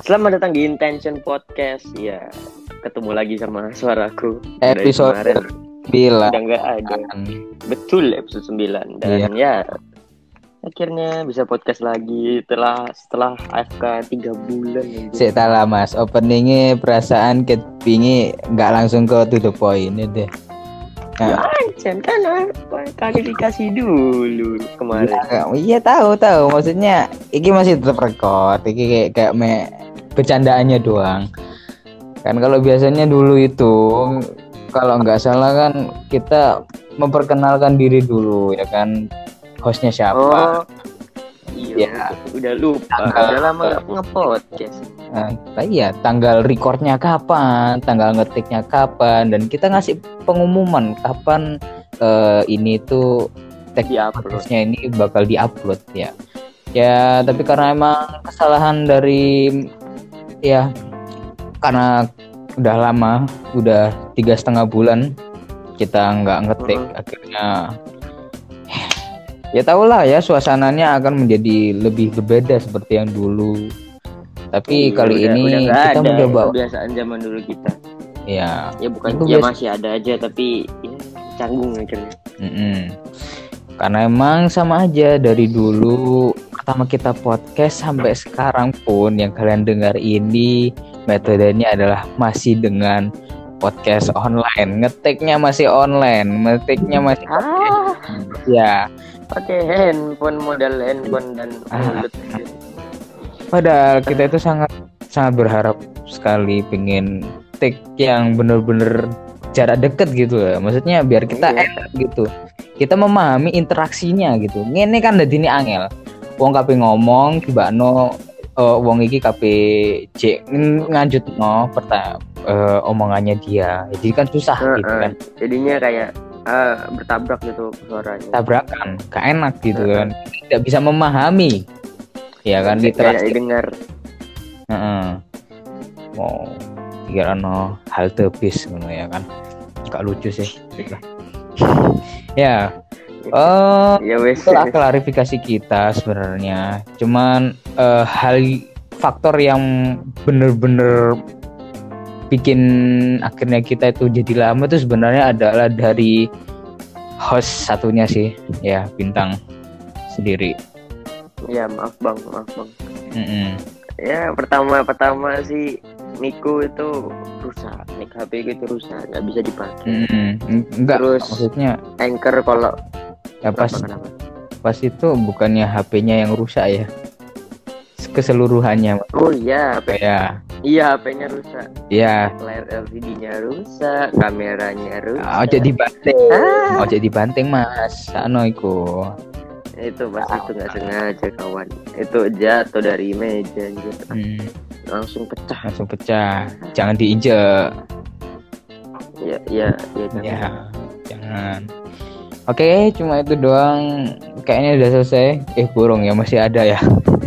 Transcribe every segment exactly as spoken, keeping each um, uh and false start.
Selamat datang di Intention Podcast. Ya, ketemu lagi sama suaraku. Episode sembilan. Udah nggak ada. Betul, episode sembilan. Dan iya. ya, akhirnya bisa podcast lagi setelah setelah A F K tiga bulan. Sik tak lah Mas, openingnya perasaan ket pingi nggak langsung ke to the point deh. Nah. Ya, kan apa? Klarifikasi dulu kemarin. Ya, iya tahu tahu, maksudnya ini masih tetap record, ini kayak kayak me bercandaannya doang. Kan kalau biasanya dulu itu kalau nggak salah kan kita memperkenalkan diri dulu ya kan, hostnya siapa. Oh, iya, ya, udah lupa. Tanggal, udah lama nggak nge-podcast. Nah, iya, tanggal recordnya kapan, tanggal ngetiknya kapan, dan kita ngasih pengumuman kapan uh, ini tuh tag podcastnya ini bakal diupload ya. Ya, tapi karena emang kesalahan dari ya karena udah lama, udah tiga setengah bulan kita nggak ngetik, uh-huh. akhirnya ya tahulah ya suasananya akan menjadi lebih berbeda seperti yang dulu. Tapi iya, kali udah, ini udah kita ada mencoba kebiasaan zaman dulu kita. Ya. Ya bukan ya biasa. Masih ada aja tapi ya, canggung akhirnya. Mm-mm. Karena emang sama aja dari dulu pertama kita podcast sampai sekarang pun yang kalian dengar ini metodenya adalah masih dengan podcast online. Ngetiknya masih online, ngetiknya masih ah. ya. Pakai handphone, modal handphone dan mulut. Ah. Padahal kita itu sangat sangat berharap sekali pengen take yang bener-bener jarak deket gitu ya. Maksudnya biar kita iya. enak gitu. Kita memahami interaksinya gitu. Ngene kan dadine angel. Wong kabeh ngomong tibakno uh, wong iki kabeh cek nganjutno pertama uh, omongannya dia. Jadi kan susah uh, gitu kan. Uh, jadinya kayak uh, bertabrak gitu suaranya. Tabrakan, gak enak gitu uh, kan. Tidak bisa memahami. Ya kan literasi dengar. Heeh. Mau kira no halte bis ngono ya kan. Gak lucu sih. ya. Oh, ya wes. Itulah klarifikasi kita sebenarnya. Cuman uh, hal faktor yang bener-bener bikin akhirnya kita itu jadi lama itu sebenarnya adalah dari host satunya sih, ya Bintang sendiri. Ya maaf bang, maaf bang. Mm-hmm. Ya pertama-pertama sih Miku itu rusak, Mik H P itu rusak, nggak bisa dipakai. Mm-hmm. Enggak. Terus maksudnya Anchor kalau ya pas kenapa? Pas itu bukannya H P-nya yang rusak ya, keseluruhannya. Oh iya, H P ya. Iya, H P-nya rusak. Iya. Layar L C D-nya rusak, kameranya rusak. Oh jadi banting, ah. oh jadi banting mas, ano iku. Itu pasti itu nggak sengaja kawan, itu jatuh dari meja gitu. hmm. langsung pecah langsung pecah jangan diinjek ya ya ya jangan, ya, jangan. Oke cuma itu doang kayaknya udah selesai. Eh burung ya masih ada ya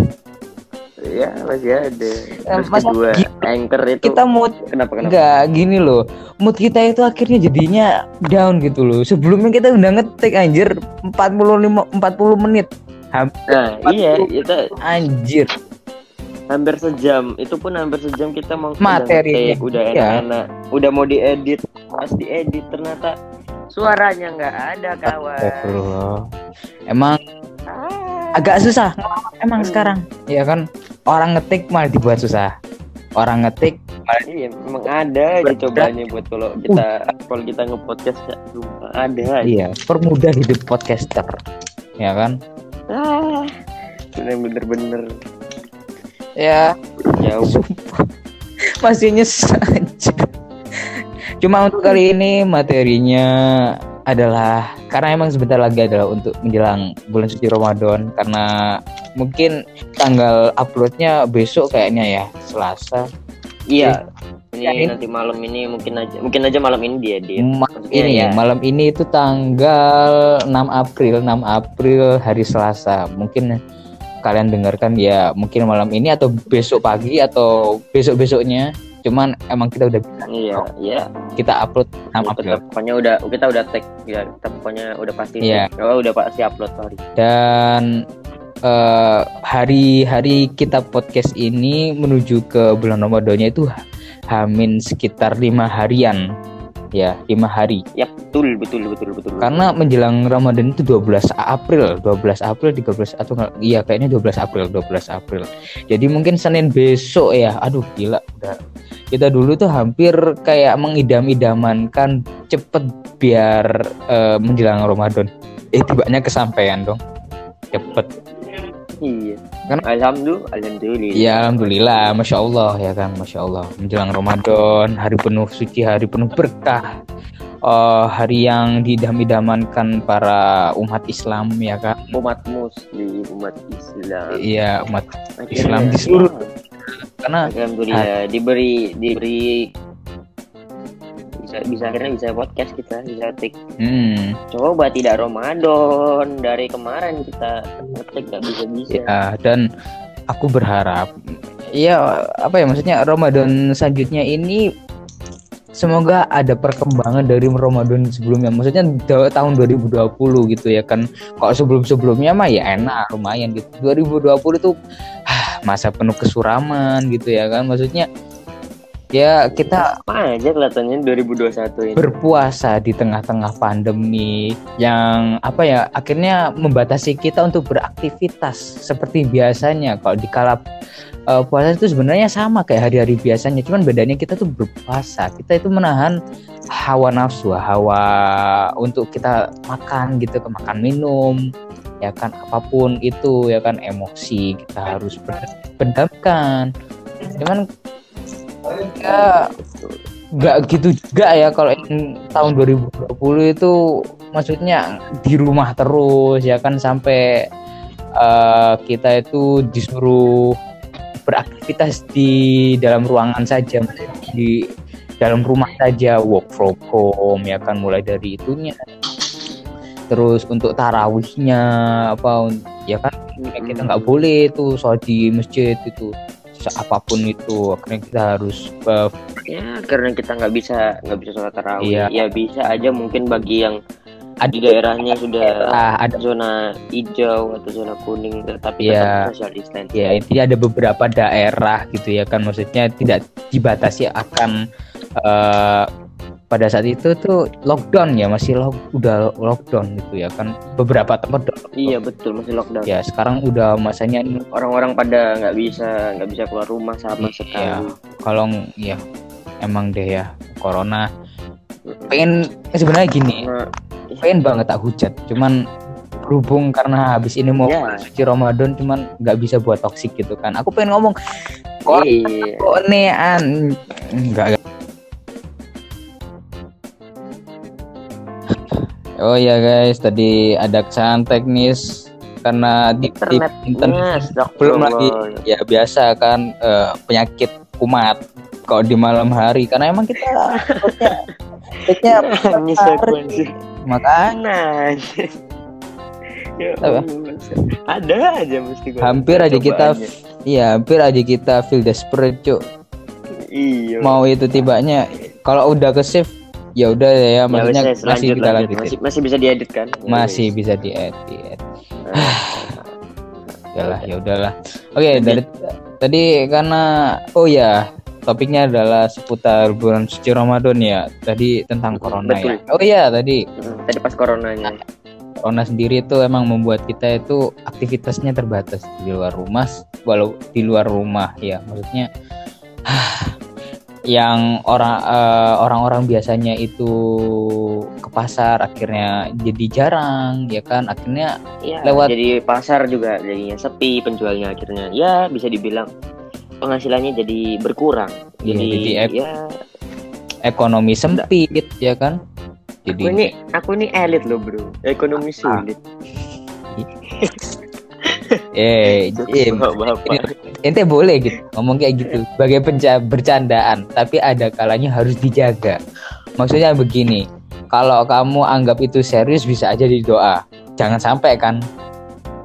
ya masih ada. Terus kedua Anchor itu kita mood kenapa kenapa enggak gini loh, mood kita itu akhirnya jadinya down gitu loh. Sebelumnya kita udah ngetik anjir empat puluh lima empat puluh menit hampir. Nah iya itu anjir hampir sejam, itu pun hampir sejam kita mau materi udah enak-enak ya. Udah mau diedit, pas diedit ternyata suaranya nggak ada kawan. Astagfirullah. Emang ah. agak susah emang hmm. sekarang ya kan, orang ngetik malah dibuat susah. Orang ngetik malah iya memang ada aja cobanya buat kalau kita uh. kalau kita nge-podcast ya, ada aja. Iya, permudah hidup podcaster. Ya kan? Ah, bener-bener ya jauh. Masih nyesel aja. Cuma untuk kali ini materinya adalah karena emang sebentar lagi adalah untuk menjelang bulan suci Ramadan, karena mungkin tanggal uploadnya besok kayaknya ya, Selasa. Iya. Ini ya, nanti malam ini mungkin aja mungkin aja malam ini diedit. Ma- ini ya. Malam ini itu tanggal enam April hari Selasa. Mungkin kalian dengarkan ya mungkin malam ini atau besok pagi atau besok-besoknya. Cuman emang kita udah bilang iya, iya. Kita upload enam April. Pokoknya udah kita udah tag ya, kita pokoknya udah pasti yeah. tag. Oh, udah pasti upload sorry. Dan uh, hari-hari kita podcast ini menuju ke bulan Ramadannya itu hamin sekitar lima harian. Ya, lima hari. Ya, betul, betul, betul, betul. Karena menjelang Ramadan itu dua belas April, dua belas April, tiga belas atau enggak, iya kayaknya dua belas April, dua belas April. Jadi mungkin Senin besok ya. Aduh, gila udah. Kita dulu tuh hampir kayak mengidam-idamankan cepet biar uh, menjelang Ramadan. Eh, tibanya kesampaian dong. Cepet. Iya. Kan alhamdulillah, alhamdulillah. Ya alhamdulillah, masya Allah ya kan, masya Allah. Menjelang Ramadan, hari penuh suci, hari penuh berkah, uh, hari yang didam-idamankan para umat Islam ya kan. Umat Muslim, umat Islam. Iya, umat Akhirnya, Islam di seluruh. Karena alhamdulillah hari, diberi diberi bisa bisa akhirnya bisa podcast kita, bisa tik. Hmm. Coba tidak Ramadan dari kemarin kita ngetik nggak bisa bisa. Ya, dan aku berharap ya apa ya maksudnya Ramadan selanjutnya ini semoga ada perkembangan dari Ramadan sebelumnya. Maksudnya tahun dua ribu dua puluh gitu ya kan. Kalau sebelum-sebelumnya mah ya enak, lumayan gitu. dua ribu dua puluh tuh ah, masa penuh kesuraman gitu ya kan. Maksudnya ya kita apa aja kelihatannya dua ribu dua puluh satu ini berpuasa di tengah-tengah pandemi yang apa ya akhirnya membatasi kita untuk beraktivitas seperti biasanya. Kalau di kala uh, puasa itu sebenarnya sama kayak hari-hari biasanya, cuman bedanya kita tuh berpuasa, kita itu menahan hawa nafsu, hawa untuk kita makan gitu, ke makan minum ya kan, apapun itu ya kan, emosi kita harus pendamkan. Cuman ya nggak gitu juga ya kalau tahun dua ribu dua puluh itu maksudnya di rumah terus ya kan, sampai uh, kita itu disuruh beraktivitas di dalam ruangan saja, di dalam rumah saja, work from home ya kan, mulai dari itunya, terus untuk tarawihnya apa ya kan, kita nggak boleh tuh sholat di masjid itu apapun itu, akhirnya kita harus uh, ya karena kita nggak bisa nggak bisa sholat tarawih. Iya. Ya bisa aja mungkin bagi yang ada di daerahnya sudah daerah, ada zona hijau atau zona kuning, tapi iya, tetap social distancing. Ya intinya ada beberapa daerah gitu ya kan, maksudnya tidak dibatasi akan uh, pada saat itu tuh lockdown ya, masih lock, udah lockdown gitu ya kan, beberapa tempat lockdown. Iya betul, masih lockdown Ya sekarang udah masanya orang-orang pada nggak bisa nggak bisa keluar rumah sama iya, sekali. Kalau ya emang deh ya corona, pengen sebenarnya gini, nah, pengen banget tak hujat, cuman berhubung karena habis ini mau yeah. suci Ramadan, cuman nggak bisa buat toksik gitu kan. Aku pengen ngomong kok yeah. kok nean nggak. Oh ya guys, tadi ada kesalahan teknis karena di internet, internet belum lagi ya biasa kan, uh, penyakit kumat kalau di malam hari karena emang kita frekuensi makanya ya, ada aja mesti hampir aja kita iya hampir aja kita feel desperate cuk. Iya. Mau itu tibanya kalau udah ke save ya udah ya, maksudnya ya, masih kita lanjut, masih, masih bisa diedit kan? Masih ya, bisa diedit. Yalah, ya udahlah. Oke, okay, dari tadi karena oh ya, topiknya adalah seputar bulan suci Ramadan ya. Tadi tentang corona. Betul. Ya. Oh iya, tadi. Tadi pas coronanya. Corona sendiri itu emang membuat kita itu aktivitasnya terbatas di luar rumah, walau di luar rumah ya. Maksudnya yang orang uh, orang-orang biasanya itu ke pasar akhirnya jadi jarang ya kan, akhirnya ya, lewat jadi pasar juga jadinya sepi penjualnya, akhirnya ya bisa dibilang penghasilannya jadi berkurang. Ya, jadi, jadi ek- ya ekonomi sempit enggak. Ya kan, jadi aku ini aku ini elit loh bro, ekonomi sulit. eh, eh ente boleh gitu ngomong kayak gitu sebagai penca- bercandaan, tapi ada kalanya harus dijaga. Maksudnya begini, kalau kamu anggap itu serius bisa aja didoa, jangan sampai kan.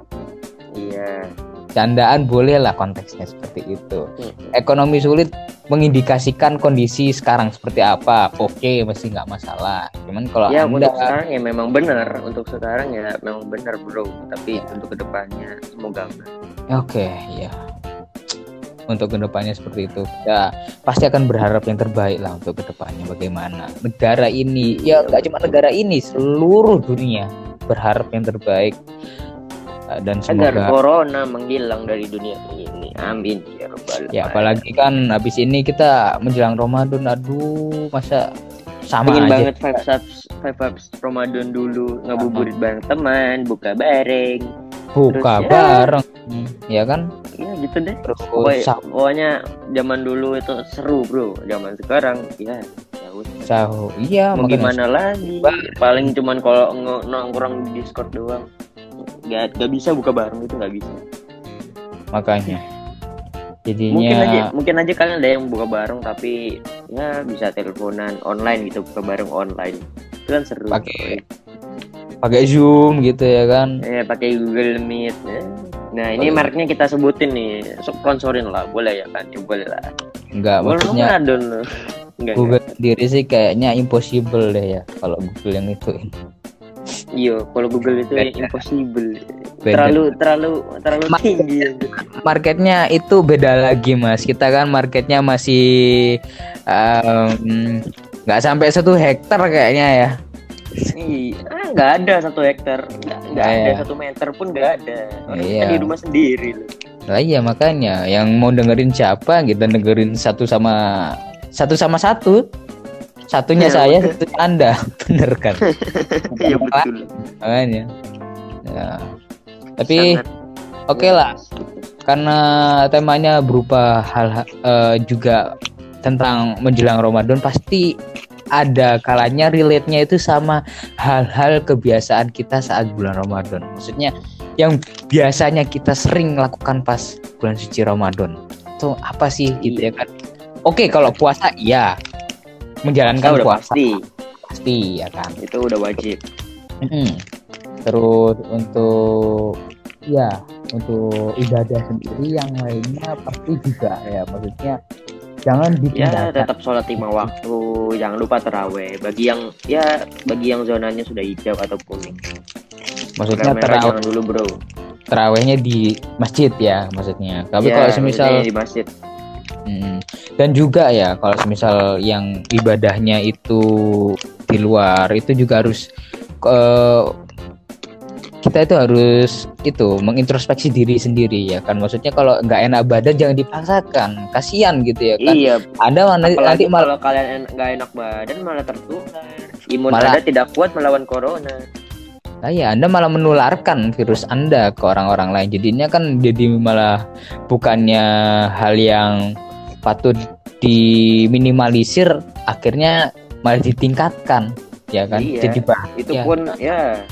Iya. Candaan boleh lah konteksnya seperti itu. Ekonomi sulit mengindikasikan kondisi sekarang seperti apa, oke okay, masih nggak masalah. Cuman kalau ya Anda untuk sekarang ya memang benar, untuk sekarang ya memang benar bro. Tapi ya. Untuk kedepannya semoga enggak. Oke, okay, ya. Untuk kedepannya seperti itu, ya pasti akan berharap yang terbaik lah untuk kedepannya. Bagaimana negara ini, ya nggak cuma negara ini, seluruh dunia berharap yang terbaik. Dan semoga agar corona menghilang dari dunia ini, amin ya rabbal alamin. Ya apalagi kan habis ini kita menjelang Ramadan, aduh masa sama Pengen aja banget five vibes five vibes Ramadan dulu, ngabuburit bareng teman, buka bareng, buka terus, bareng ya, ya kan ya gitu deh. Terus, Pokoknya, pokoknya zaman dulu itu seru bro, zaman sekarang ya jauh iya mau gimana lagi, paling cuman kalau nongkrong di Discord doang. Gak, gak bisa buka bareng, itu gak bisa. Makanya jadinya mungkin aja mungkin aja kalian ada yang buka bareng tapi ya bisa teleponan online gitu, buka bareng online itu kan seru. Pakai pakai Zoom gitu ya kan, eh pakai Google Meet ya. Nah ini mereknya kita sebutin nih, sponsorin lah boleh ya kan, ya boleh lah. Enggak maksudnya enggak, Google enggak. Sendiri sih kayaknya impossible deh ya kalau Google yang itu. Iya, kalau Google itu yang impossible. Beda. Terlalu terlalu terlalu Mar- tinggi. Marketnya itu beda lagi mas. Kita kan marketnya masih nggak um, sampai satu hektar kayaknya ya. Iya, nggak ada satu hektar, nggak nggak ada ya. Satu meter pun nggak ada. Orang iya. Di rumah sendiri loh. Lah iya makanya, yang mau dengerin siapa kita dengerin satu sama satu sama satu. Satunya ya, saya, satunya Anda, bener kan? Iya betul. Makanya. Ya. Tapi oke okay lah, karena temanya berupa hal uh, juga tentang menjelang Ramadan, pasti ada kalanya relate-nya itu sama hal-hal kebiasaan kita saat bulan Ramadan. Maksudnya yang biasanya kita sering lakukan pas bulan suci Ramadan. Itu apa sih gitu ya kan? Oke, okay, kalau puasa iya. Menjalankan udah puasa pasti pasti ya kan, itu udah wajib. Mm-hmm. Terus untuk ya untuk ibadah sendiri yang lainnya pasti juga ya, maksudnya jangan ditinggalkan. Ya tetap sholat lima waktu, jangan lupa taraweh bagi yang ya bagi yang zonanya sudah hijau atau kuning. Maksudnya taraweh jangan dulu bro, tarawehnya di masjid ya maksudnya. Tapi ya, kalau semisal di masjid. Hmm. Dan juga ya kalau misal yang ibadahnya itu di luar itu juga harus uh, kita itu harus itu mengintrospeksi diri sendiri ya kan, maksudnya kalau nggak enak badan jangan dipaksakan, kasihan gitu ya kan. Iya. Anda mana nanti malah kalau kalian nggak enak badan malah tertular, imun malah, Anda tidak kuat melawan corona. Nah ya, Anda malah menularkan virus Anda ke orang-orang lain, jadinya kan jadi malah bukannya hal yang patut diminimalisir, akhirnya malah ditingkatkan ya kan. Iya, jadi bah itu ya. Pun ya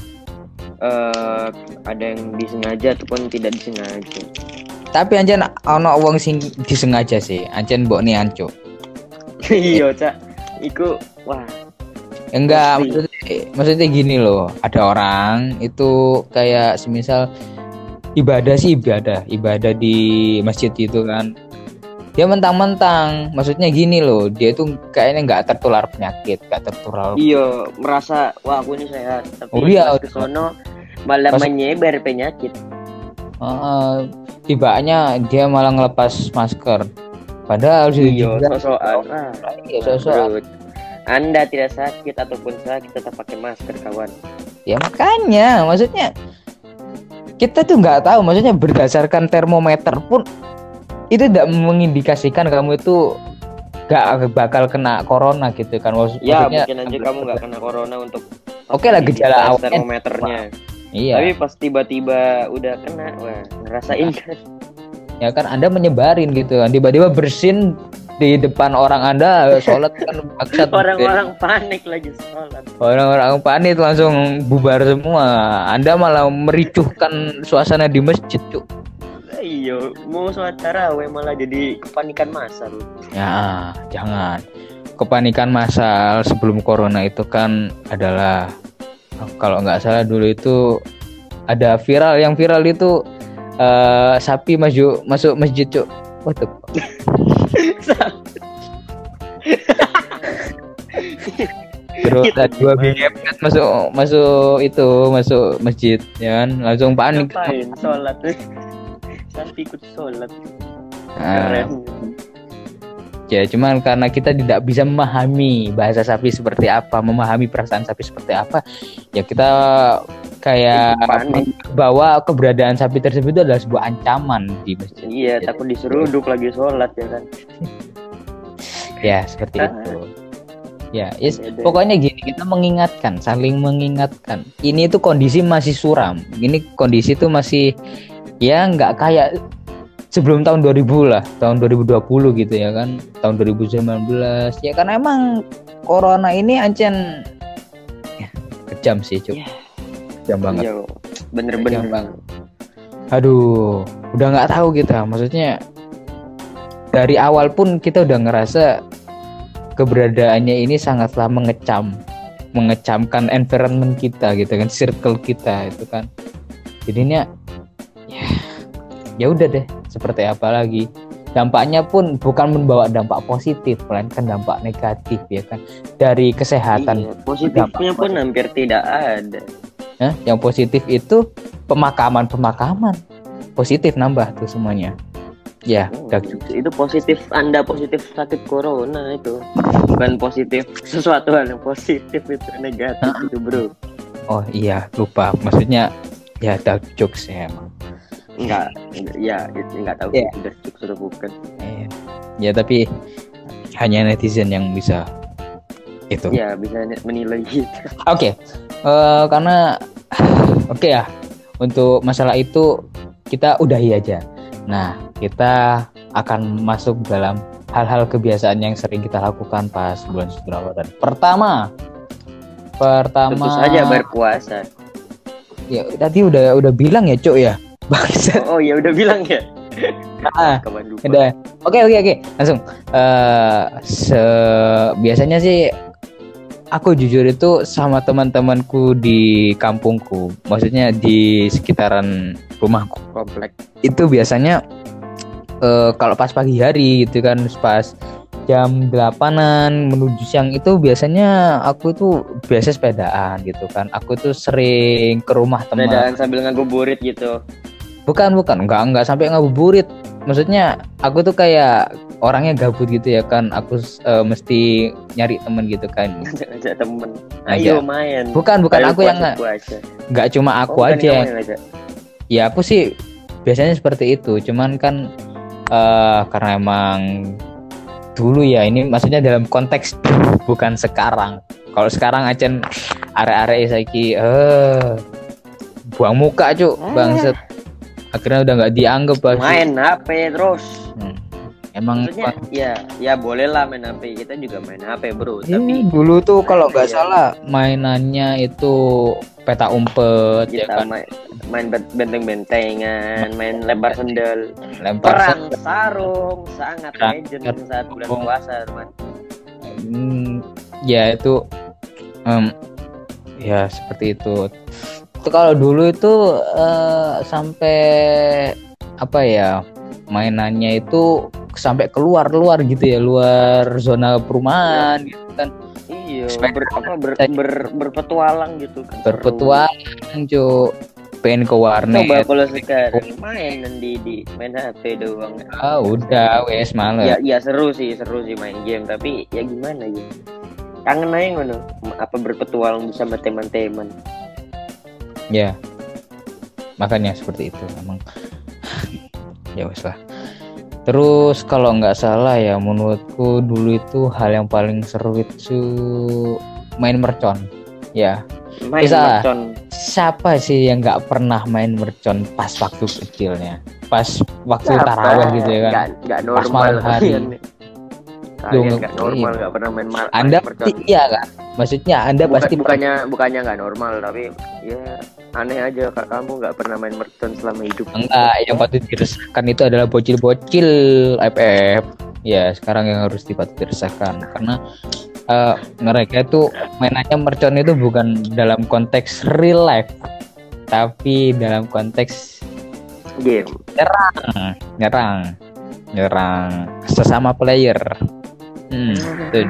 uh, ada yang disengaja ataupun tidak disengaja. Tapi anjen ono wong sing disengaja sih, anjen mbok ni anco. Iya cak, iku wah enggak maksudnya, maksudnya gini loh, ada orang itu kayak semisal ibadah sih ibadah ibadah di masjid itu kan, dia mentang-mentang maksudnya gini loh, dia itu kayaknya nggak tertular penyakit, nggak tertular. Iya, merasa wah aku ini sehat, tapi oh, iya, pas kesono malah Mas... menyebar penyakit. Uh, tibanya dia malah ngelepas masker, padahal iya, sosokan. Ah, iya, sosokan. Anda tidak sakit ataupun sakit tetap pakai masker kawan. Ya makanya, maksudnya kita tuh nggak tahu, maksudnya berdasarkan termometer pun itu tidak mengindikasikan kamu itu gak bakal kena corona gitu kan. Maksud, ya maksudnya mungkin aja kamu gak kena corona untuk oke okay lah gejala awal termometernya. Iya. Tapi pas tiba-tiba udah kena, wah ngerasain kan. Ya kan Anda menyebarin gitu kan, tiba-tiba bersin di depan orang Anda sholat kan maksud orang-orang panik lagi sholat. Orang-orang panik langsung bubar semua. Anda malah mericuhkan suasana di masjid tuh. Iya, mau sholat tarawih malah jadi kepanikan massal. Ya, jangan. Kepanikan massal sebelum corona itu kan adalah, kalau nggak salah dulu itu ada viral, yang viral itu uh, sapi maju masuk masjid, cuk. Waduh. Terus ada dua bingit masuk masuk itu masuk masjid ya kan langsung panik. Ngapain sholat? Sampai ikut sholat. Nah, Keren. ya cuman karena kita tidak bisa memahami bahasa sapi seperti apa, memahami perasaan sapi seperti apa, ya kita kayak Panik. bahwa keberadaan sapi tersebut itu adalah sebuah ancaman di masjid. Iya, takut diseruduk lagi sholat ya kan. Ya seperti Ah. itu. Ya, yes, Iya deh. pokoknya gini, kita mengingatkan, saling mengingatkan. Ini tuh kondisi masih suram. Ini kondisi tuh masih ya nggak kayak sebelum tahun dua ribu lah, tahun dua ribu dua puluh gitu ya kan, tahun dua ribu sembilan belas. Ya karena emang corona ini ancen ya, kejam sih, Cuk. Ya. Kejam banget. Iya, bener-bener. Kejam banget. Aduh, udah nggak tahu kita. Maksudnya dari awal pun kita udah ngerasa keberadaannya ini sangatlah mengecam, mengecamkan environment kita gitu kan, circle kita itu kan. Jadinya ya ya udah deh, seperti apa lagi. Dampaknya pun bukan membawa dampak positif, melainkan dampak negatif ya kan. Dari kesehatan. Iya, positifnya pun hampir tidak ada. Nah, yang positif itu pemakaman-pemakaman. Positif nambah tuh semuanya. Ya, Hmm, udah. itu, itu positif, Anda positif sakit corona itu. Bukan positif sesuatu hal yang positif, itu negatif itu, Bro. Oh iya, lupa. Maksudnya ya dark jokes ya emang. Enggak, enggak, ya itu enggak tahu Iya. itu dari sudah bukan. Eh, ya tapi hanya netizen yang bisa itu. Ya, bisa menilai gitu. Oke, eh, karena oke ya, untuk masalah itu kita udahi aja. Nah, kita akan masuk dalam hal-hal kebiasaan yang sering kita lakukan pas bulan suci Ramadan. Pertama, pertama. Tentu saja berpuasa. Ya tadi udah udah bilang ya, Cuk ya. Bangsat. Oh ya udah bilang ya. Ah, Kapan lupa. udah. Oke oke oke, langsung. Eh, se- biasanya sih aku jujur itu sama teman-temanku di kampungku, maksudnya di sekitaran rumahku. Komplek. Itu biasanya eh, kalau pas pagi hari gitu kan, pas jam delapanan menuju siang itu biasanya aku tuh biasa sepedaan gitu kan. Aku tuh sering ke rumah teman. Sepedaan sambil ngabuburit gitu. Bukan bukan, enggak enggak sampai ngabuburit. Maksudnya aku tuh kayak orangnya gabut gitu ya kan. Aku eh, mesti nyari temen gitu kan. Ngajak temen. Ngajak. Ayo main. Bukan bukan Ayo aku yang puasa, nggak puasa. nggak cuma aku Oh, bukan aja. kamu yang ngajak. Ya aku sih biasanya seperti itu. Cuman kan eh karena emang dulu ya, ini maksudnya dalam konteks dulu, bukan sekarang. Kalau sekarang acen are-are saiki eh buang muka, Cuk, bangset. Akhirnya udah nggak dianggap lagi. Main H P terus. Hmm. Emang Maksudnya ya ya boleh lah main H P, kita juga main H P bro. ya, Tapi dulu tuh kalau nggak Iya. salah mainannya itu peta umpet ya kita kan, main main bet- benteng-bentengan, main lempar sendal, lempar perang sen- sarung, sangat Perang legend sarung. saat bulan puasa teman. Hmm, ya itu em, ya seperti itu. Itu kalau dulu itu eh, sampai apa ya, mainannya itu sampai keluar luar gitu ya, luar zona perumahan gitu kan, Iya, Sepeda. ber, apa, ber, ber, berpetualang gitu kan. berpetualang, Cuk, pengen ke Seru. warnet. Coba kalau sekarang main di di main H P doang. Ah udah wes males. Ya ya seru sih, seru sih main game, tapi ya gimana ya? Kangen aja ngono, apa berpetualang bersama teman-teman. Ya, makanya seperti itu emang. Ya wes lah. Terus kalau nggak salah ya, menurutku dulu itu hal yang paling seru itu main mercon. Ya, Main Bisa. mercon. siapa sih yang nggak pernah main mercon pas waktu kecilnya, pas waktu Siapa? tarawih gitu ya kan? Nggak, nggak Pas normal malam hari. kalian nih. Kalian Loh, nggak normal, iya. nggak pernah main mar- Anda main mercon. pasti iya kan? Maksudnya Anda Bukan- pasti bukannya bukannya nggak normal, tapi ya aneh aja kak, kamu nggak pernah main mercon selama hidup. enggak. Yang patut diresahkan itu adalah bocil-bocil F F. Ya sekarang yang harus dipatut diresahkan karena eh, mereka itu mainannya mercon itu bukan dalam konteks real life, tapi dalam konteks Game. nyerang, nyerang, nyerang sesama player. Hmm, betul.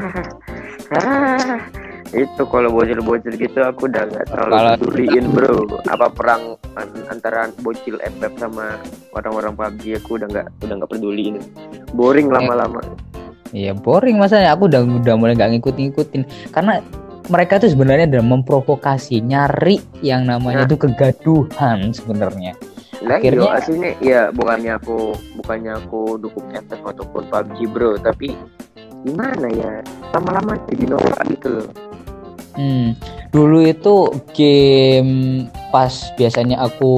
Ah, itu kalau bocil-bocil gitu aku udah nggak terlalu Kalau- peduliin bro. Apa perang an- antara bocil F F sama orang-orang P U B G aku udah nggak udah nggak peduliin. Boring lama-lama. Iya boring masanya, aku udah udah mulai nggak ngikut-ngikutin karena mereka tuh sebenarnya udah memprovokasi, nyari yang namanya Nah. tuh kegaduhan sebenarnya. Lah Akhirnya- yo aslinya ya bukannya aku bukannya aku dukung F F ataupun P U B G bro, tapi gimana ya lama-lama jadi norak gitu loh. Hmm, dulu itu game pas biasanya aku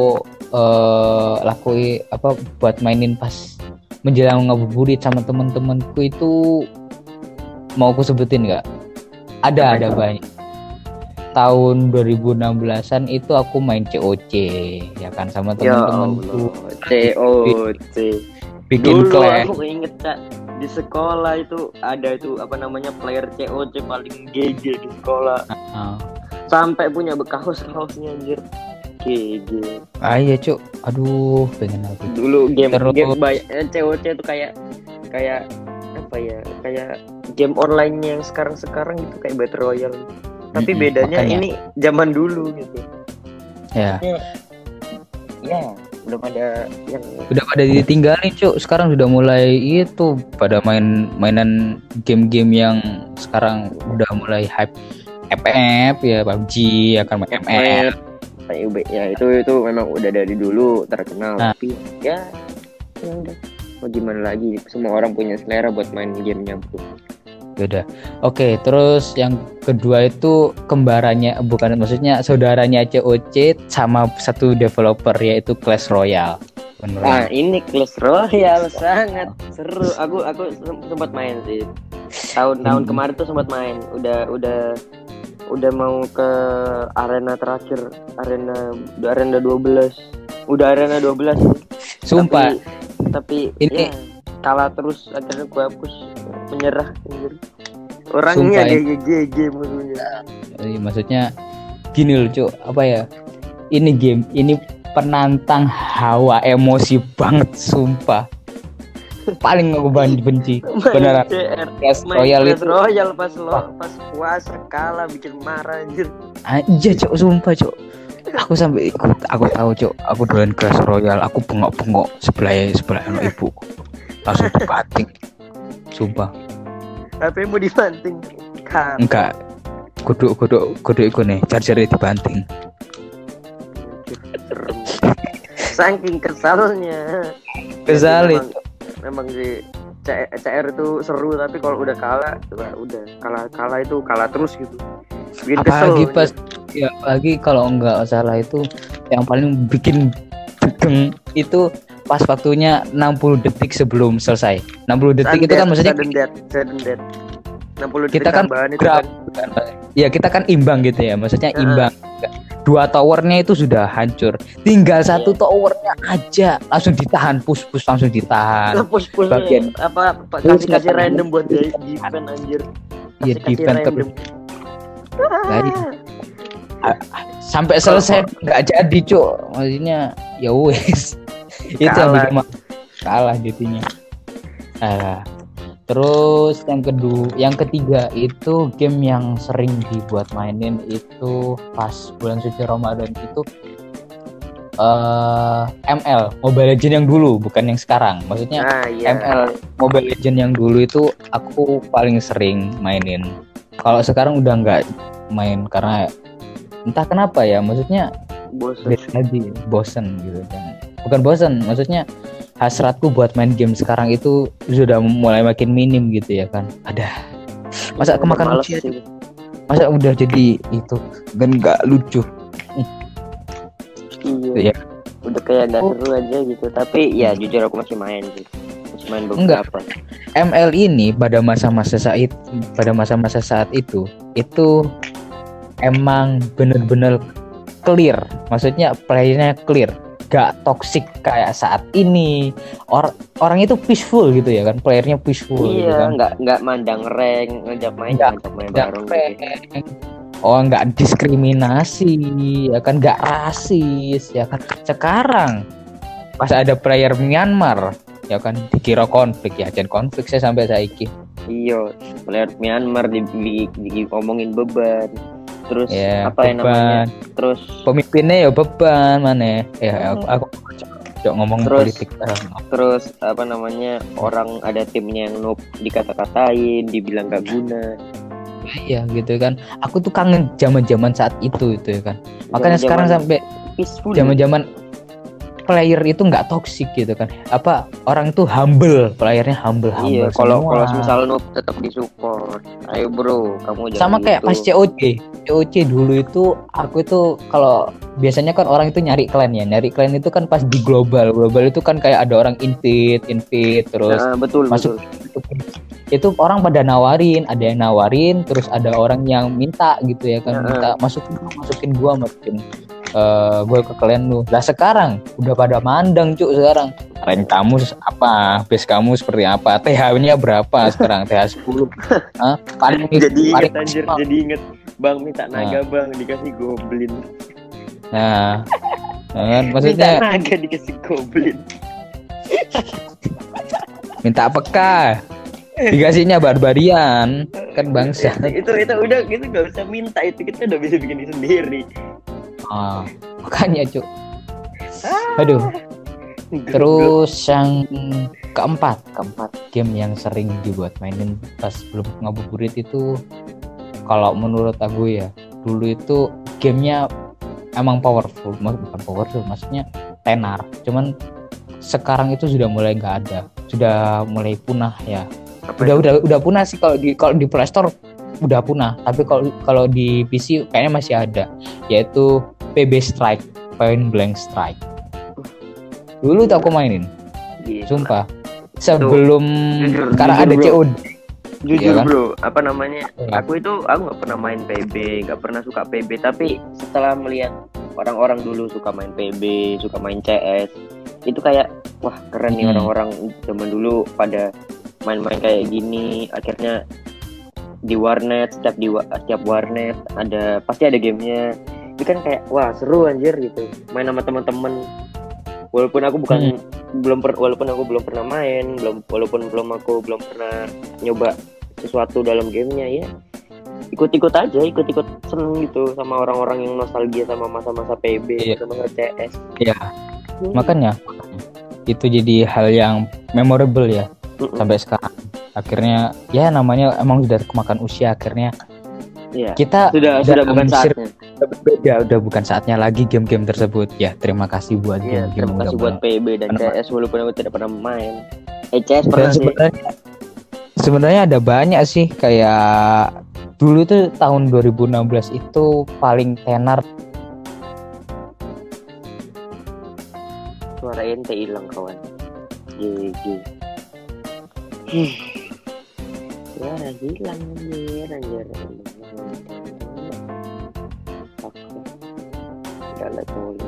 eh lakui apa buat mainin pas menjelang ngabuburit sama teman-temanku itu, mau aku sebutin nggak? Ada ada banyak. Tahun dua ribu enam belasan itu aku main C O C ya kan sama Ya teman-temanku Allah, C O C. bikin Dulu clan. aku inget Cak, di sekolah itu ada itu apa namanya player C O C paling G G di sekolah. Ah, Sampai punya bekas kaosnya anjir. G G. ah iya cuk, aduh pengen aku. Dulu game Terus- game bay- eh, C O C itu kayak kayak apa ya? Kayak game online yang sekarang-sekarang gitu kayak Battle Royale. Tapi Mm-mm, bedanya makanya. ini zaman dulu gitu. Ya, Ya, belum ada yang udah pada ditinggalin cuk. Sekarang sudah mulai itu pada main mainan game-game yang sekarang udah mulai hype. F F ya, P U B G ya kan, M L. P U B ya itu itu memang udah dari dulu terkenal. Nah. Tapi ya ya udah. Mau gimana lagi? Semua orang punya selera buat main gamenya bro. Beda. Oke, terus yang kedua itu kembarannya, bukan maksudnya saudaranya C O C sama satu developer yaitu Clash Royale. Nah Beneran. ini Clash Royale sangat seru. Aku aku sem- sempat main sih. Tahun-tahun Hmm. kemarin tuh sempat main. Udah udah udah mau ke arena terakhir, arena arena dua belas. Udah arena dua belas. Sumpah, Tapi, tapi Ini- ya, kalah terus akhirnya gue hapus, menyerah anjir. Orangnya Sumpah, G G G musuhnya. eh, maksudnya gini loh, Cuk. Apa ya? Ini game, ini penantang hawa emosi banget, sumpah. Paling aku ban- benci. Beneran. Main C R, Clash main Royale Clash itu. Royale pas lo pas puasa kalah bikin marah anjir. Ah, iya, Cuk, sumpah, Cuk. Aku sampai ikut, aku tahu, Cuk. Aku doain Clash Royale, aku bengok-bengok sebelah sebelah anak ibu. Langsung kebating. Sumpah. H P-mu dibanting. Kan. Enggak. Kudu kudu kudu iku nih, charger dibanting. Serem. Saking kesalnya. Kesal Jadi itu. Memang, memang sih C- CR itu seru tapi kalau udah kalah, wah, udah kalah kalah itu kalah terus gitu. Bikin kesel. Apalagi pas ya apalagi kalau enggak salah itu yang paling bikin degeng itu pas waktunya enam puluh detik sebelum selesai. enam puluh detik itu kan maksudnya sudden death, sudden death. enam puluh kita detik kan tambahan itu grab, kan. ya kita kan imbang gitu ya, maksudnya Ah. imbang. Dua towernya itu sudah hancur, tinggal satu towernya aja langsung ditahan, push push langsung ditahan. Push push bagian- apa, apa kasih kasih random buat dia defend anjir. Iya, Kasih- kasih defend random. Jadi, sampai selesai nggak jadi cuk, maksudnya ya wes itu yang Kalah. bikin ma- kalah jadinya. Nah, terus yang kedua, yang ketiga itu game yang sering dibuat mainin itu pas bulan suci Ramadan itu eh M L, Mobile Legends yang dulu, bukan yang sekarang. Maksudnya Nah, iya. M L Mobile Legends yang dulu itu aku paling sering mainin. Kalau sekarang udah nggak main karena entah kenapa ya, maksudnya Bosan. beda lagi, bosen gitu kan. Bukan bosen, maksudnya hasratku buat main game sekarang itu sudah mulai makin minim gitu ya kan. Ada masa Udah kemakan males ujian, sih. masa udah jadi itu kan nggak lucu. Iya. Ya. Udah kayak gak Oh. seru aja gitu. Tapi ya jujur aku masih main sih. Masih main Enggak. beberapa. M L ini pada masa-masa saat pada masa-masa saat itu itu emang bener-bener clear, maksudnya playernya clear, gak toxic kayak saat ini. Or orang itu peaceful gitu ya kan, playernya peaceful gitu Iya, kan. nggak nggak mandang rank, ngajak main, Nggak- ngajak main Nggak bareng. rank. Gitu. Oh nggak diskriminasi ya kan, nggak rasis ya kan. Sekarang pas ada player Myanmar ya kan dikira konflik, ya jangan konflik saya sampai saiki. Iya, player Myanmar di, di, di ngomongin beban. Terus Ya, apa yang namanya? beban. Terus Pemimpinnya ya beban mana? Ya aku, aku cok ngomong Terus- politik. Ah, terus apa namanya? Orang ada timnya yang noob dikata-katain, dibilang gak guna. Iya gitu kan. Aku tuh kangen zaman-zaman saat itu itu ya kan. Makanya Zaman-zaman sekarang sampai peaceful. zaman-zaman player itu nggak toksik gitu kan. Apa orang itu humble, playernya humble Iya, humble kalau semua. kalau misal noob tetap disupport. Ayo bro, kamu jangan Sama kayak gitu. pas C O C. C O C dulu itu aku itu kalau biasanya kan orang itu nyari clan ya. Nyari clan itu kan pas di global. Global itu kan kayak ada orang invite, invite terus Nah, betul masuk betul. itu orang pada nawarin, ada yang nawarin, terus ada orang yang minta gitu ya kan, Heeh. minta masukin masukin gua masukin eh gua ke kalian lu. Lah sekarang udah pada mandang cuk sekarang. Rank kamu apa? Base kamu seperti apa? T H-nya berapa sekarang? T H sepuluh. Hah? Paling Jadi paling inget anjir, maksimal. jadi inget Bang minta naga bang dikasih goblin. Nah, kan Minta maksudnya naga dikasih goblin. minta apakah? Dikasihnya barbarian kan bangsa. itu itu udah gitu nggak usah minta, itu kita udah bisa bikin sendiri. Ah, makanya cuk. Aduh. Terus yang keempat, keempat game yang sering dibuat mainin pas belum ngabuburit itu, kalau menurut aku ya, dulu itu gamenya emang powerful, bukan powerful, maksudnya tenar. Cuman sekarang itu sudah mulai nggak ada, sudah mulai punah ya. Apa Udah itu? udah udah punah sih kalau di kalau di Play Store udah punah, tapi kalau kalau di P C kayaknya masih ada, yaitu P B Strike, Point Blank Strike. Dulu tuh aku mainin. Gila. Sumpah. Sebelum Jujur, karena jujur, ada bro. C O D. Jujur Iya kan? bro, apa namanya? Iya. Aku itu aku nggak pernah main P B, nggak pernah suka P B. Tapi setelah melihat orang-orang dulu suka main P B, suka main C S, itu kayak wah keren nih Hmm. orang-orang zaman dulu pada main-main kayak gini. Akhirnya di warnet, setiap di wa- setiap warnet ada pasti ada gamenya. Itu kan kayak wah seru anjir gitu. Main sama teman-teman. Walaupun aku bukan belum per, walaupun aku belum pernah main, belum walaupun belum aku belum pernah nyoba sesuatu dalam gamenya ya. Ikut-ikut aja, ikut-ikut seneng gitu sama orang-orang yang nostalgia sama masa-masa P B, Iya. masa-masa C S. Iya. Hmm. Makanya itu jadi hal yang memorable ya Mm-mm. sampai sekarang. Akhirnya ya namanya emang sudah kemakan usia, akhirnya Iya. kita Sudah sudah bukan sir- saatnya. berbeda, udah bukan saatnya lagi game-game tersebut. Ya terima kasih buat Iya, game-game terima kasih udah buat mulai. P B dan C Pernah. S walaupun aku tidak pernah main. Eh C S Dan pernah sih. sebenarnya sebenarnya ada banyak sih, kayak dulu tuh tahun dua ribu enam belas itu paling tenar. Suara ente hilang kawan. G G. Suara hilang anjir anjir. Oke. Udah lah tolong.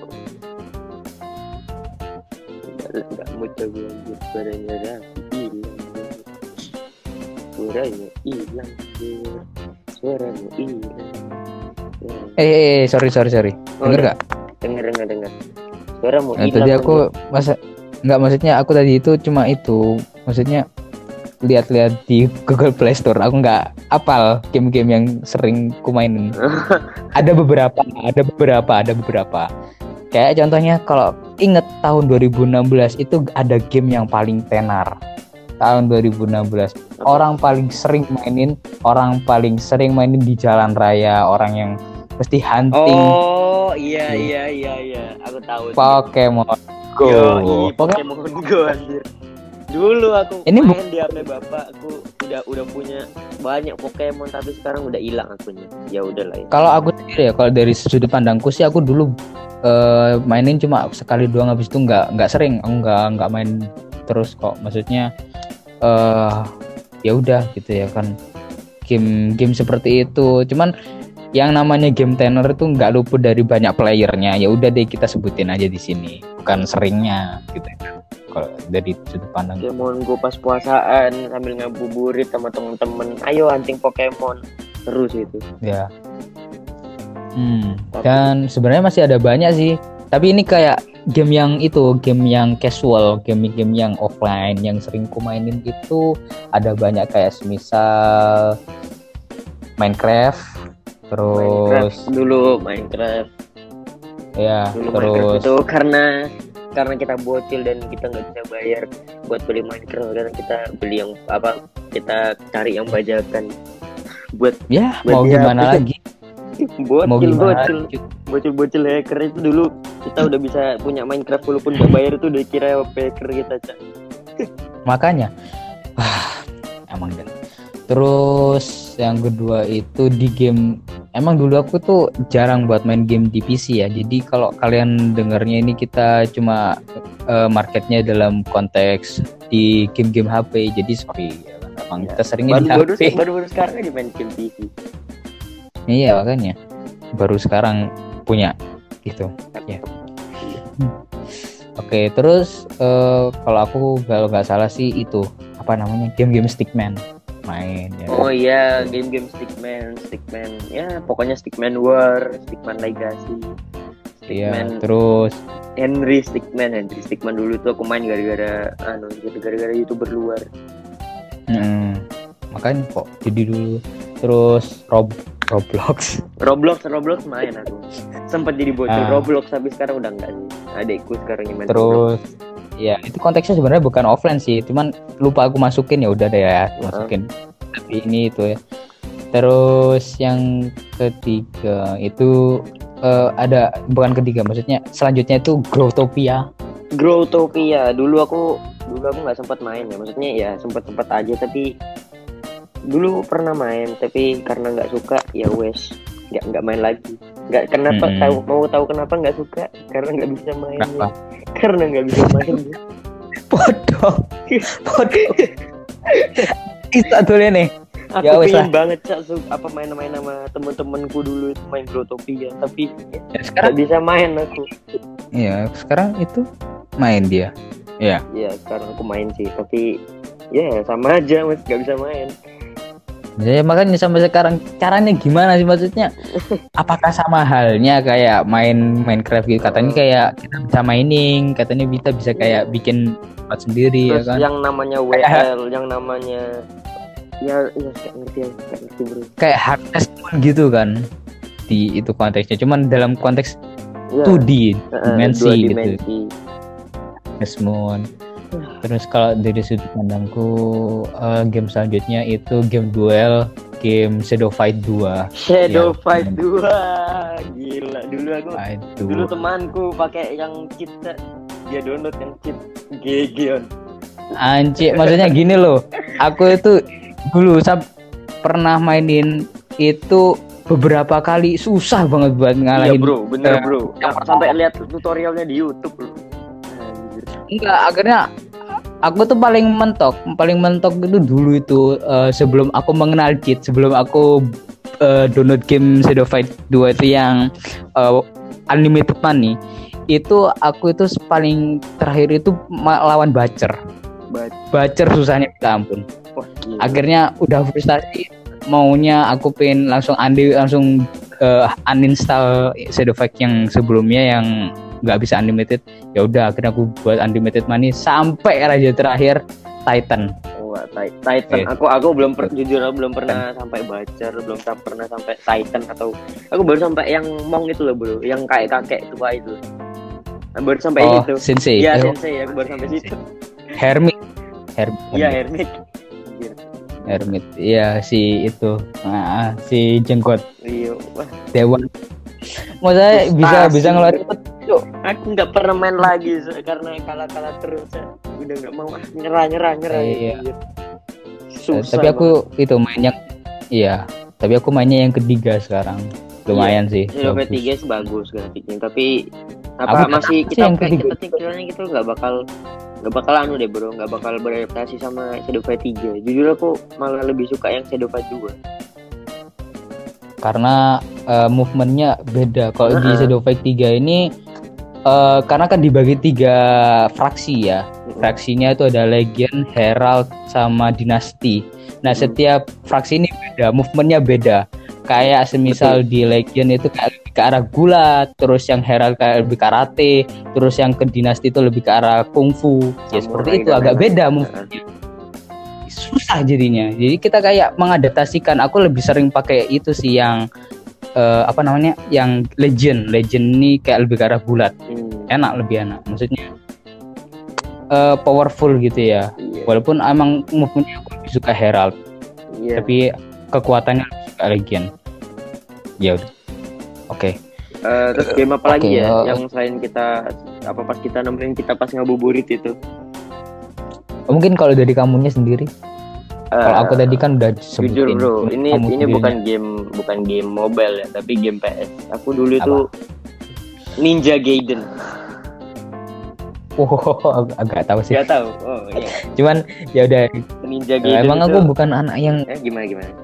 Udah lah nggak mau coba anjir, suaranya dah hilang. Suaranya hilang anjir. Suaranya hilang. Suara- Eh, eh, eh sorry sorry sorry. Oh, Denger udah. gak? Dengar dengar dengar. Suaramu Nah, hilang. tadi aku anjir. masa nggak maksudnya aku tadi itu cuma itu maksudnya lihat-lihat di Google Play Store. Aku nggak apal game-game yang sering ku mainin. Ada beberapa, ada beberapa, ada beberapa. Kayak contohnya kalau inget tahun dua ribu enam belas itu ada game yang paling tenar. Tahun dua ribu enam belas orang paling sering mainin, orang paling sering mainin di jalan raya, orang yang mesti hunting Oh iya iya iya iya, aku tahu. sih. Pokemon Go. Yoi, Pokemon Pokemon Go anjir. Dulu aku Ini bu- main di H P bapak, aku udah udah punya banyak Pokemon tapi sekarang udah hilang akunnya. Ya udahlah ya. Kalau aku sendiri ya, kalau dari sudut pandangku sih aku dulu eh, mainin cuma sekali doang, habis itu nggak nggak sering, aku nggak nggak main terus kok. Maksudnya eh ya udah gitu ya kan, game-game seperti itu. Cuman yang namanya game tener itu nggak luput dari banyak playernya. Ya udah deh kita sebutin aja di sini, bukan seringnya gitu kan. Kalau dari sudut pandang Pokemon Go pas puasaan sambil ngabuburit sama temen-temen. Ayo hunting Pokemon. Terus itu. ya. Hmm. Dan sebenarnya masih ada banyak sih. Tapi ini kayak game yang itu, game yang casual, game-game yang offline yang sering ku mainin itu ada banyak kayak semisal Minecraft, terus Minecraft dulu Minecraft ya, dulu terus Minecraft itu karena karena kita bocil dan kita nggak bisa bayar buat beli Minecraft, karena kita beli yang apa kita cari yang bajakan buat ya buat mau dia- gimana lagi? Mau bocil gimana? bocil bocil bocil hacker itu dulu kita udah bisa punya Minecraft walaupun nggak bayar itu udah kira hacker kita, Cak. Makanya, wah, emang dan. Terus yang kedua itu di game, emang dulu aku tuh jarang buat main game di P C ya. Jadi kalau kalian dengarnya ini kita cuma eh, marketnya dalam konteks di game-game H P. Jadi sorry, ya, emang Ya, kita seringnya di baru baru H P. baru baru sekarang aja main game P C. Iya makanya, baru sekarang punya gitu. Ya. Oke, terus eh, kalau aku kalau nggak salah sih itu apa namanya game-game Stickman main ya. Oh iya, game-game Stickman, Stickman. Ya, pokoknya Stickman War, Stickman Legacy. Iya, Stickman terus Henry Stickman, Henry Stickman dulu tuh aku main gara-gara anu, gara-gara YouTuber luar. mm, makanya kok jadi dulu. Terus Rob Roblox. Roblox, Roblox main aku. Sempat jadi bocil Ah. Roblox tapi sekarang udah enggak sih. Adekku sekarang yang main Roblox. Terus ya itu konteksnya sebenarnya bukan offline sih, cuman lupa aku masukin ya udah deh ya aku masukin. Tapi ini itu ya. Terus yang ketiga itu eh, ada bukan ketiga, maksudnya selanjutnya itu Growtopia. Growtopia. Dulu aku dulu aku nggak sempat main ya. Maksudnya ya sempat-sempat aja tapi dulu pernah main tapi karena nggak suka ya wes nggak nggak main lagi. Nggak kenapa Mm-mm. tahu mau tahu kenapa nggak suka karena nggak bisa main. Kenapa? Karena nggak bisa main. Bodoh. Bodoh. Itu dulu nih. Aku Ya, wes pengen lah. banget Cak, su- apa main-main sama temen-temenku dulu itu main Growtopia tapi Ya, nggak sekarang bisa main aku. ya sekarang itu main dia. Ya. Ya sekarang aku main sih tapi ya sama aja mas nggak bisa main. Ya makanya sampai sekarang caranya gimana sih, maksudnya apakah sama halnya kayak main Minecraft gitu, katanya kayak kita bisa mining, katanya kita bisa kayak bikin tempat sendiri Terus ya kan, yang namanya W L, yang namanya ya ya nggak ngerti ya nggak ngerti bro. kayak Harvest Moon gitu kan di itu konteksnya, cuman dalam konteks Ya, two D eh, dimensi dua gitu. dimensi. Harvest Moon. Terus kalau dari sudut pandangku eh, game selanjutnya itu game duel, game Shadow Fight dua. Shadow Ya, Fight bener. dua gila dulu aku Aduh. dulu temanku pakai yang cheat Cak. Dia download yang cheat G G on. Anjir, maksudnya gini loh. Aku itu dulu sab pernah mainin itu beberapa kali, susah banget buat Iya ngalahin. bro, bener eh, bro. yang Sampai lihat tutorialnya di YouTube bro. Anjir. Enggak, akhirnya aku tuh paling mentok, paling mentok itu dulu itu eh, sebelum aku mengenal cheat, sebelum aku eh, download game Shadow Fight dua itu yang eh, unlimited money. Itu aku itu paling terakhir itu ma- lawan Bacer. But, Bacer susahnya minta ampun. wah, gila. Akhirnya udah frustasi, maunya aku pengen langsung andi langsung uh, uninstall Shadow Fight yang sebelumnya yang nggak bisa unlimited. Ya udah akhirnya aku buat unlimited money sampai raja terakhir Titan. Wah, Ti- Titan. Eh. Aku aku belum per, jujur aku belum pernah sampai Bacer, belum ta- pernah sampai Titan atau aku baru sampai yang Mong itu loh bro, yang kayak kakek tua itu. Baru sampai Oh, itu. Sensei. Iya Eh, Sensei, aku baru sampai situ. Hermit. Her- Iya Hermit. Hermit. Anjir. Hermit. Iya si itu. Nah, si jenggot Iya, wah. dewa. Maksudnya bisa Frustasi. bisa ngeluarin petunjuk. Aku nggak pernah main lagi so, karena kalah-kalah terus. Ya. Udah nggak mau ah, nyerah nyerah nyerah. Iya. Anjir. Eh, Susah. tapi aku itu mainnya iya, tapi aku mainnya yang ketiga sekarang. Lumayan sih. Shadow Fight bagus. tiga sih bagus grafiknya, tapi Aku apa masih sih kita yang kayak ketiga. kita kiranya gitu nggak bakal nggak bakal anu deh bro, nggak bakal beradaptasi sama Shadow Fight tiga. Jujur aku malah lebih suka yang Shadow Fight dua. Karena eh, movementnya beda. Kalau di Heeh. Shadow Fight tiga ini eh, karena kan dibagi tiga fraksi ya. Fraksinya itu ada Legion, Herald, sama Dinasti. Nah Hmm. setiap fraksi ini beda, movementnya beda. Kayak semisal di Legion itu kayak lebih ke arah gulat, terus yang Herald kayak lebih karate, terus yang ke dinasti itu lebih ke arah kungfu. Ya seperti itu, agak beda mungkin. Susah jadinya. Jadi kita kayak mengadaptasikan. Aku lebih sering pakai itu sih yang uh, apa namanya? Yang legend. Legend ini kayak lebih ke arah bulat. Hmm. Enak, lebih enak. Maksudnya uh, powerful gitu ya. Yeah. Walaupun emang movement-nya aku lebih suka Herald. Yeah. Tapi kekuatannya lebih suka legend. Ya udah. Oke. Okay. Uh, terus game apa okay, lagi ya uh, yang selain kita apa pas kita nemuin kita pas ngabuburit itu? Mungkin kalau dari kamunya sendiri. Uh, kalau aku tadi kan udah sebutin. Jujur bro, ini ini bukan game bukan game mobile ya, tapi game P S. Aku dulu apa? Tuh Ninja Gaiden. Oh, agak tahu sih. Gak tahu. Oh iya. Cuman ya udah. Ninja Gaiden. Emang itu, aku bukan anak yang eh, gimana gimana?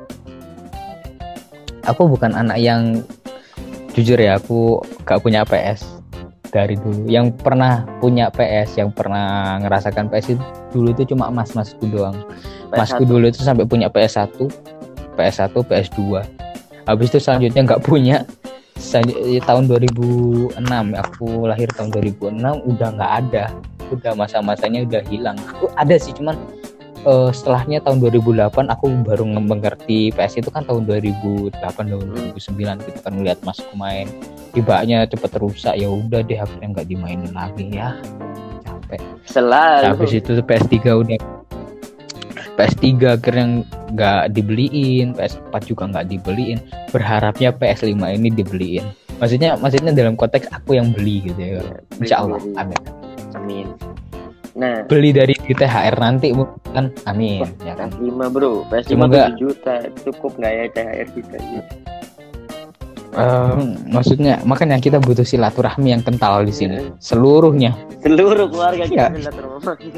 Aku bukan anak yang jujur ya, aku gak punya P S dari dulu. Yang pernah punya P S, yang pernah ngerasakan P S itu dulu itu cuma mas-masku doang. Masku dulu itu sampai punya P S satu, P S satu, P S dua. Habis itu selanjutnya nggak punya. Selanjutnya, tahun dua ribu enam, aku lahir tahun dua ribu enam, udah nggak ada. Udah masa-masanya udah hilang. Aku ada sih, cuman uh, setelahnya tahun dua ribu delapan aku baru mengerti P S itu kan tahun dua ribu delapan, dua ribu sembilan gitu kan, ngeliat masku main. Tibanya cepet rusak, ya udah deh akhirnya nggak dimainin lagi ya. Capek. Selalu. Habis itu P S tiga udah P S tiga akhirnya nggak dibeliin, P S empat juga nggak dibeliin. Berharapnya P S lima ini dibeliin. Maksudnya, maksudnya dalam konteks aku yang beli gitu ya. Insya Allah, amin. Amin. Nah, beli dari T H R nanti kan, amin. Wah, ya kan. P S lima bro, P S lima tujuh juta, cukup nggak ya T H R kita? Ya? Uh, maksudnya makanya kita butuh silaturahmi yang kental di sini, seluruhnya. Seluruh keluarga kita silaturahmi.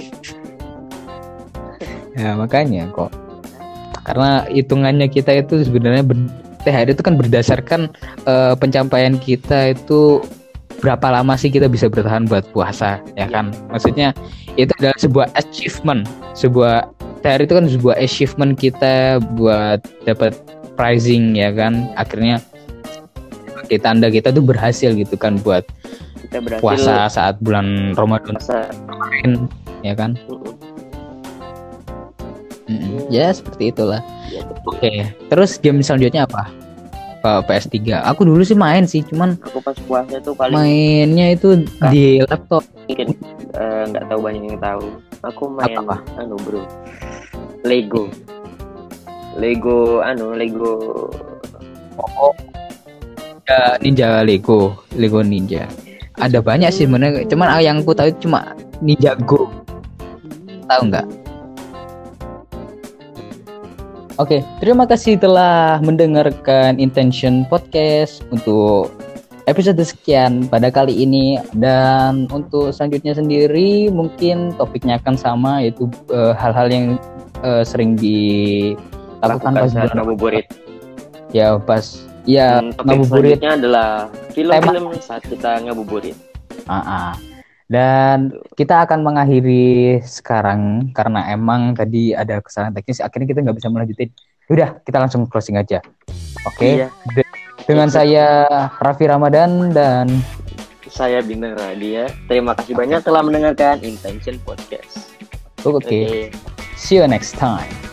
Ya makanya kok, karena hitungannya kita itu sebenarnya ber, T H R itu kan berdasarkan uh, pencapaian kita itu berapa lama sih kita bisa bertahan buat puasa, ya kan? Maksudnya itu adalah sebuah achievement, sebuah T H R itu kan sebuah achievement kita buat dapat pricing, ya kan? Akhirnya kita tanda kita tuh berhasil gitu kan buat kita berhasil puasa saat bulan Ramadan kemarin, ya kan? Mm-hmm. Ya seperti itulah. Ya, Oke, okay. Terus game selanjutnya apa? Uh, P S tiga. Aku dulu sih main sih, cuman aku pas puasa tuh paling mainnya itu kan di laptop. Mungkin nggak uh, tahu banyak yang tahu. Aku main apa? anu bro, Lego. Lego anu Lego. Oh, ya, Ninja Lego, Lego Ninja. Ada banyak sih sebenarnya, cuman yang aku tahu cuma Ninja Go. Tahu nggak? Oke, terima kasih telah mendengarkan Intention Podcast untuk episode sekian pada kali ini. Dan untuk selanjutnya sendiri mungkin topiknya akan sama, yaitu uh, hal-hal yang uh, sering dilakukan pas bulan ngabuburit. Ya pas ya hmm, ngabuburit. Selanjutnya adalah film-film saat kita ngabuburit. Uh-uh. Dan kita akan mengakhiri sekarang karena emang tadi ada kesalahan teknis, akhirnya kita nggak bisa melanjutin. Udah, kita langsung closing aja. Oke. Okay? Iya. De- dengan iya. Saya Raffi Ramadan dan saya Bintang Radia. Terima kasih banyak telah mendengarkan Intention Podcast. Oke. Okay. Okay. See you next time.